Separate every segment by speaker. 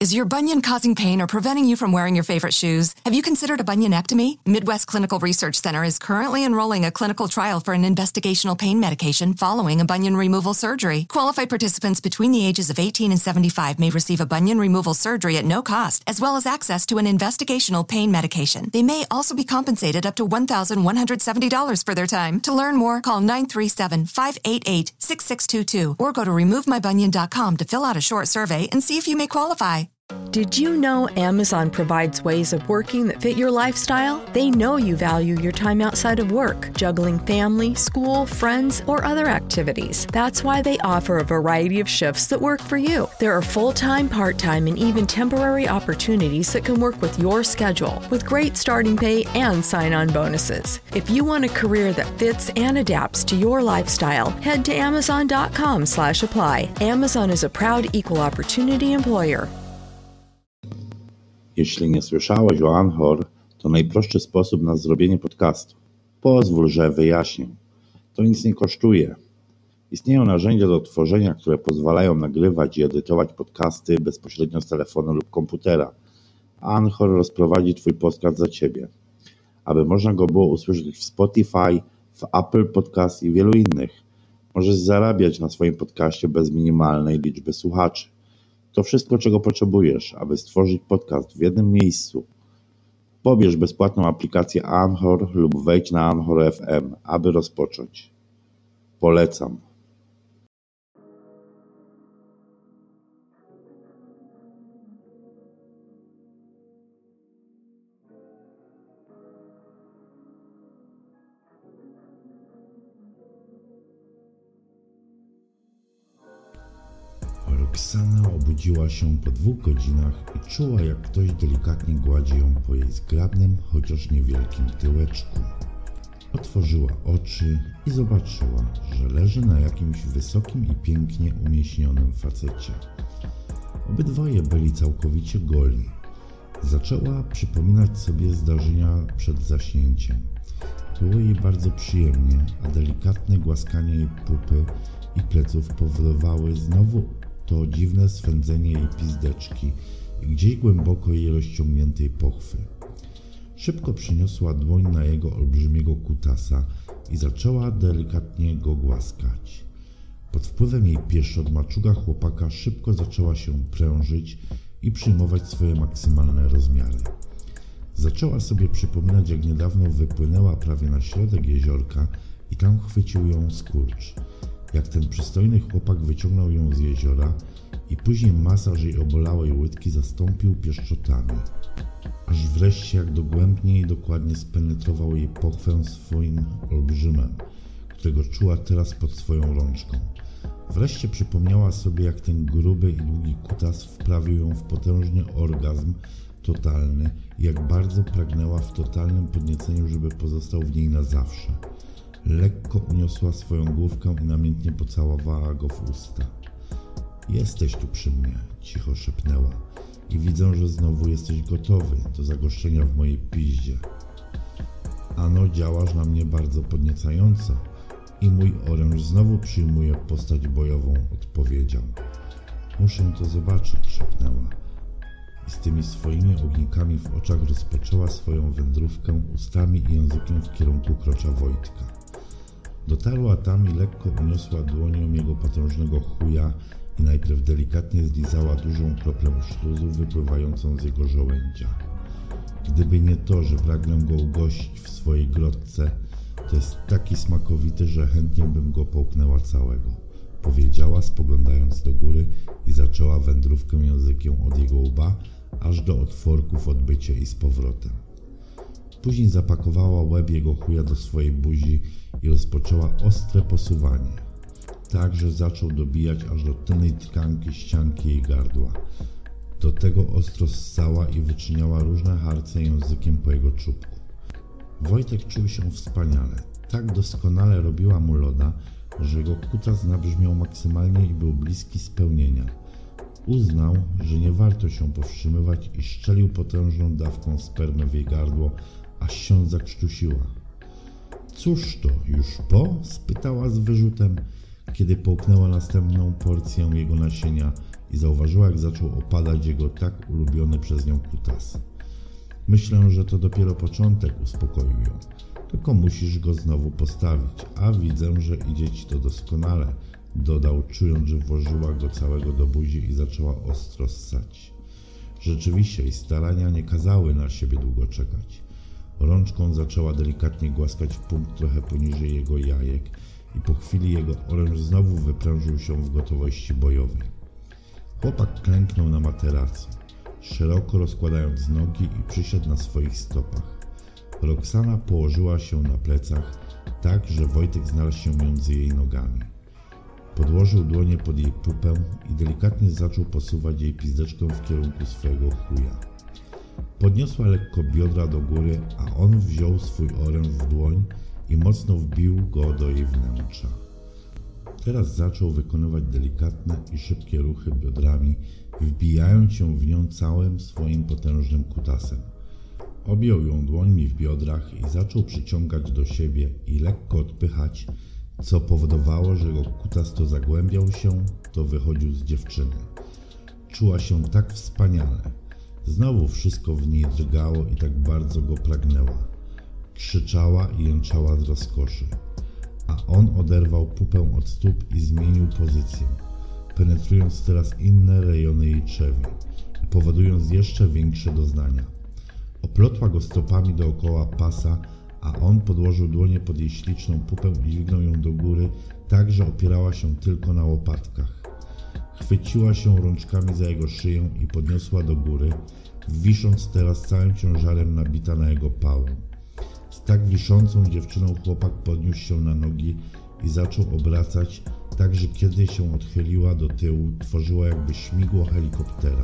Speaker 1: Is your bunion causing pain or preventing you from wearing your favorite shoes? Have you considered a bunionectomy? Midwest Clinical Research Center is currently enrolling a clinical trial for an investigational pain medication following a bunion removal surgery. Qualified participants between the ages of 18 and 75 may receive a bunion removal surgery at no cost, as well as access to an investigational pain medication. They may also be compensated up to $1,170 for their time. To learn more, call 937-588-6622 or go to removemybunion.com to fill out a short survey and see if you may qualify.
Speaker 2: Did you know Amazon provides ways of working that fit your lifestyle? They know you value your time outside of work, juggling family, school, friends, or other activities. That's why they offer a variety of shifts that work for you. There are full-time, part-time, and even temporary opportunities that can work with your schedule, with great starting pay and sign-on bonuses. If you want a career that fits and adapts to your lifestyle, head to amazon.com/apply. Amazon is a proud equal opportunity employer.
Speaker 3: Jeśli nie słyszałeś o Anchor, to najprostszy sposób na zrobienie podcastu. Pozwól, że wyjaśnię. To nic nie kosztuje. Istnieją narzędzia do tworzenia, które pozwalają nagrywać i edytować podcasty bezpośrednio z telefonu lub komputera. Anchor rozprowadzi Twój podcast za Ciebie, aby można go było usłyszeć w Spotify, w Apple Podcast i wielu innych. Możesz zarabiać na swoim podcaście bez minimalnej liczby słuchaczy. To wszystko, czego potrzebujesz, aby stworzyć podcast w jednym miejscu. Pobierz bezpłatną aplikację Anchor lub wejdź na Anchor FM, aby rozpocząć. Polecam. Roxana obudziła się po 2 godzinach i czuła, jak ktoś delikatnie gładzi ją po jej zgrabnym, chociaż niewielkim tyłeczku. Otworzyła oczy i zobaczyła, że leży na jakimś wysokim i pięknie umieśnionym facecie. Obydwoje byli całkowicie goli. Zaczęła przypominać sobie zdarzenia przed zaśnięciem. Było jej bardzo przyjemnie, a delikatne głaskanie jej pupy i pleców powodowały znowu to dziwne swędzenie jej pizdeczki i gdzieś głęboko jej rozciągniętej pochwy. Szybko przyniosła dłoń na jego olbrzymiego kutasa i zaczęła delikatnie go głaskać. Pod wpływem jej pieszczot maczuga chłopaka szybko zaczęła się prężyć i przyjmować swoje maksymalne rozmiary. Zaczęła sobie przypominać, jak niedawno wypłynęła prawie na środek jeziorka i tam chwycił ją skurcz. Jak ten przystojny chłopak wyciągnął ją z jeziora i później masaż jej obolałej łydki zastąpił pieszczotami. Aż wreszcie jak dogłębnie i dokładnie spenetrował jej pochwę swoim olbrzymem, którego czuła teraz pod swoją rączką. Wreszcie przypomniała sobie, jak ten gruby i długi kutas wprawił ją w potężny orgazm totalny i jak bardzo pragnęła w totalnym podnieceniu, żeby pozostał w niej na zawsze. Lekko uniosła swoją główkę i namiętnie pocałowała go w usta. Jesteś tu przy mnie, cicho szepnęła. I widzę, że znowu jesteś gotowy do zagoszczenia w mojej piździe. Ano, działasz na mnie bardzo podniecająco. I mój oręż znowu przyjmuje postać bojową, odpowiedział. Muszę to zobaczyć, szepnęła. I z tymi swoimi ognikami w oczach rozpoczęła swoją wędrówkę ustami i językiem w kierunku krocza Wojtka. Dotarła tam i lekko uniosła dłonią jego potężnego chuja i najpierw delikatnie zlizała dużą kroplę szluzu wypływającą z jego żołędzia. Gdyby nie to, że pragnę go ugościć w swojej grotce, to jest taki smakowity, że chętnie bym go połknęła całego, powiedziała, spoglądając do góry i zaczęła wędrówkę językiem od jego łba, aż do otworków odbycia i z powrotem. Później zapakowała łeb jego chuja do swojej buzi i rozpoczęła ostre posuwanie, tak, że zaczął dobijać aż do tylnej tkanki ścianki jej gardła. Do tego ostro ssała i wyczyniała różne harce językiem po jego czubku. Wojtek czuł się wspaniale. Tak doskonale robiła mu loda, że jego kutas nabrzmiał maksymalnie i był bliski spełnienia. Uznał, że nie warto się powstrzymywać i szczelił potężną dawką spermy w jej gardło, aż się zakrztusiła. Cóż to, już po? Spytała z wyrzutem, kiedy połknęła następną porcję jego nasienia i zauważyła, jak zaczął opadać jego tak ulubiony przez nią kutas. Myślę, że to dopiero początek, uspokoił ją. Tylko musisz go znowu postawić, a widzę, że idzie ci to doskonale, dodał, czując, że włożyła go całego do buzi i zaczęła ostro ssać. Rzeczywiście jej starania nie kazały na siebie długo czekać. Rączką zaczęła delikatnie głaskać punkt trochę poniżej jego jajek i po chwili jego oręż znowu wyprężył się w gotowości bojowej. Chłopak klęknął na materacu, szeroko rozkładając nogi i przysiadł na swoich stopach. Roxana położyła się na plecach, tak, że Wojtek znalazł się między jej nogami. Podłożył dłonie pod jej pupę i delikatnie zaczął posuwać jej pizdeczką w kierunku swojego chuja. Podniosła lekko biodra do góry, a on wziął swój oręż w dłoń i mocno wbił go do jej wnętrza. Teraz zaczął wykonywać delikatne i szybkie ruchy biodrami, wbijając się w nią całym swoim potężnym kutasem. Objął ją dłońmi w biodrach i zaczął przyciągać do siebie i lekko odpychać, co powodowało, że jego kutas to zagłębiał się, to wychodził z dziewczyny. Czuła się tak wspaniale. Znowu wszystko w niej drgało i tak bardzo go pragnęła. Krzyczała i jęczała z rozkoszy. A on oderwał pupę od stóp i zmienił pozycję, penetrując teraz inne rejony jej trzewi i powodując jeszcze większe doznania. Oplotła go stopami dookoła pasa, a on podłożył dłonie pod jej śliczną pupę i dźwignął ją do góry, tak, że opierała się tylko na łopatkach. Chwyciła się rączkami za jego szyję i podniosła do góry, wisząc teraz całym ciężarem nabita na jego pałę. Z tak wiszącą dziewczyną chłopak podniósł się na nogi i zaczął obracać, tak, że kiedy się odchyliła do tyłu, tworzyła jakby śmigło helikoptera.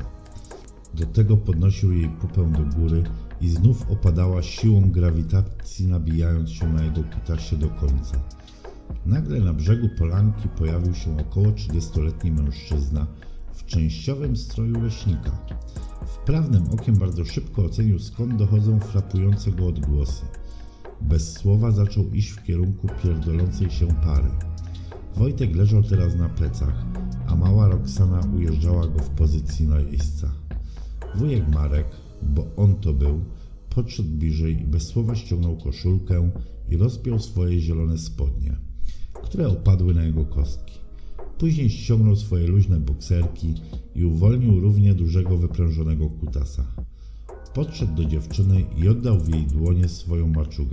Speaker 3: Do tego podnosił jej pupę do góry i znów opadała siłą grawitacji, nabijając się na jego kutasie do końca. Nagle na brzegu polanki pojawił się około 30-letni mężczyzna w częściowym stroju leśnika. Wprawnym okiem bardzo szybko ocenił, skąd dochodzą frapujące go odgłosy. Bez słowa zaczął iść w kierunku pierdolącej się pary. Wojtek leżał teraz na plecach, a mała Roxana ujeżdżała go w pozycji najeźdźca. Wujek Marek, bo on to był, podszedł bliżej i bez słowa ściągnął koszulkę i rozpiął swoje zielone spodnie, które opadły na jego kostki. Później ściągnął swoje luźne bokserki i uwolnił równie dużego wyprężonego kutasa. Podszedł do dziewczyny i oddał w jej dłonie swoją maczugę.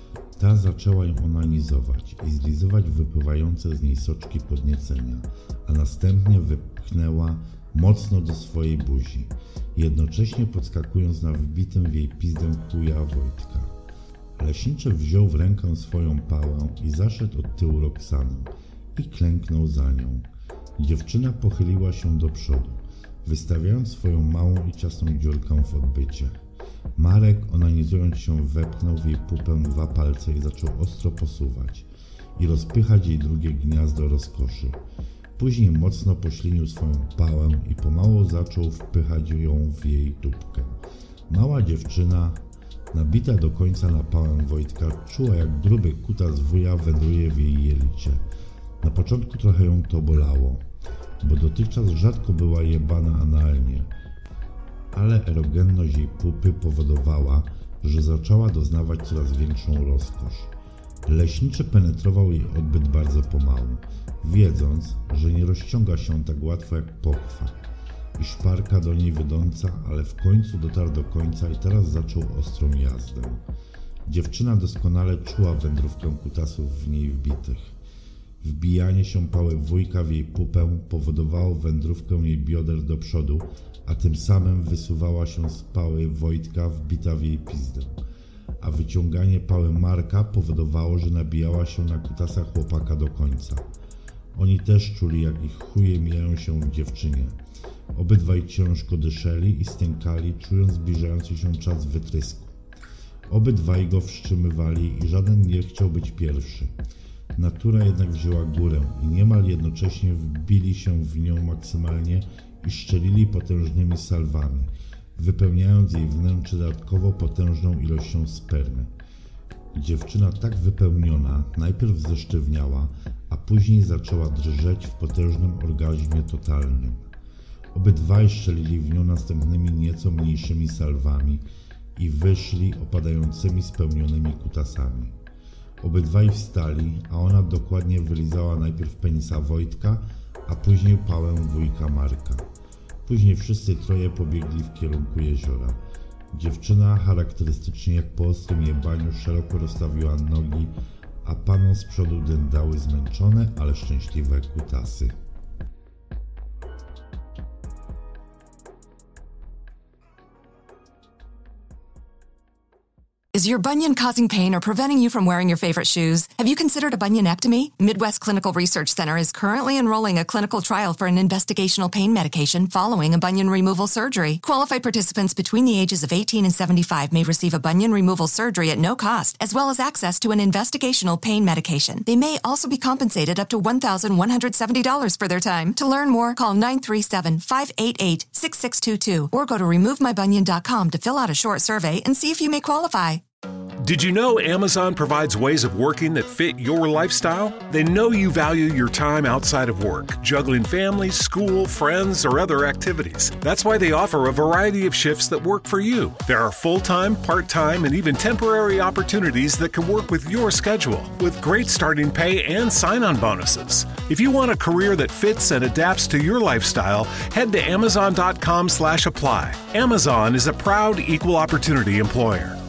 Speaker 3: Ta zaczęła ją onanizować i zlizywać wypływające z niej soczki podniecenia, a następnie wypchnęła mocno do swojej buzi, jednocześnie podskakując na wbitym w jej pizdę chuja Wojtka. Leśniczy wziął w rękę swoją pałę i zaszedł od tyłu Roxanę i klęknął za nią. Dziewczyna pochyliła się do przodu, wystawiając swoją małą i ciasną dziurkę w odbycie. Marek, onanizując się, wepchnął w jej pupę 2 palce i zaczął ostro posuwać i rozpychać jej drugie gniazdo rozkoszy. Później mocno poślinił swoją pałę i pomału zaczął wpychać ją w jej dupkę. Mała dziewczyna, nabita do końca na pałę Wojtka, czuła, jak gruby kutas wuja wędruje w jej jelicie. Na początku trochę ją to bolało, bo dotychczas rzadko była jebana analnie, ale erogenność jej pupy powodowała, że zaczęła doznawać coraz większą rozkosz. Leśniczy penetrował jej odbyt bardzo pomału, wiedząc, że nie rozciąga się tak łatwo jak pochwa i szparka do niej wydąca, ale w końcu dotarł do końca i teraz zaczął ostrą jazdę. Dziewczyna doskonale czuła wędrówkę kutasów w niej wbitych. Wbijanie się pały wujka w jej pupę powodowało wędrówkę jej bioder do przodu, a tym samym wysuwała się z pały Wojtka wbita w jej pizdę. A wyciąganie pały Marka powodowało, że nabijała się na kutasach chłopaka do końca. Oni też czuli, jak ich chuje mijają się w dziewczynie. Obydwaj ciężko dyszeli i stękali, czując zbliżający się czas wytrysku. Obydwaj go wstrzymywali i żaden nie chciał być pierwszy. Natura jednak wzięła górę i niemal jednocześnie wbili się w nią maksymalnie i szczelili potężnymi salwami, wypełniając jej wnętrze dodatkowo potężną ilością spermy. Dziewczyna tak wypełniona najpierw zesztywniała, a później zaczęła drżeć w potężnym orgazmie totalnym. Obydwaj strzelili w nią następnymi nieco mniejszymi salwami i wyszli opadającymi spełnionymi kutasami. Obydwaj wstali, a ona dokładnie wylizała najpierw penisa Wojtka, a później pałę wujka Marka. Później wszyscy troje pobiegli w kierunku jeziora. Dziewczyna charakterystycznie jak po ostrym jebaniu szeroko rozstawiła nogi, a panom z przodu dędały zmęczone, ale szczęśliwe kutasy.
Speaker 1: Is your bunion causing pain or preventing you from wearing your favorite shoes? Have you considered a bunionectomy? Midwest Clinical Research Center is currently enrolling a clinical trial for an investigational pain medication following a bunion removal surgery. Qualified participants between the ages of 18 and 75 may receive a bunion removal surgery at no cost, as well as access to an investigational pain medication. They may also be compensated up to $1,170 for their time. To learn more, call 937-588-6622 or go to removemybunion.com to fill out a short survey and see if you may qualify.
Speaker 4: Did you know Amazon provides ways of working that fit your lifestyle? They know you value your time outside of work, juggling family, school, friends, or other activities. That's why they offer a variety of shifts that work for you. There are full-time, part-time, and even temporary opportunities that can work with your schedule, with great starting pay and sign-on bonuses. If you want a career that fits and adapts to your lifestyle, head to Amazon.com/apply. Amazon is a proud equal opportunity employer.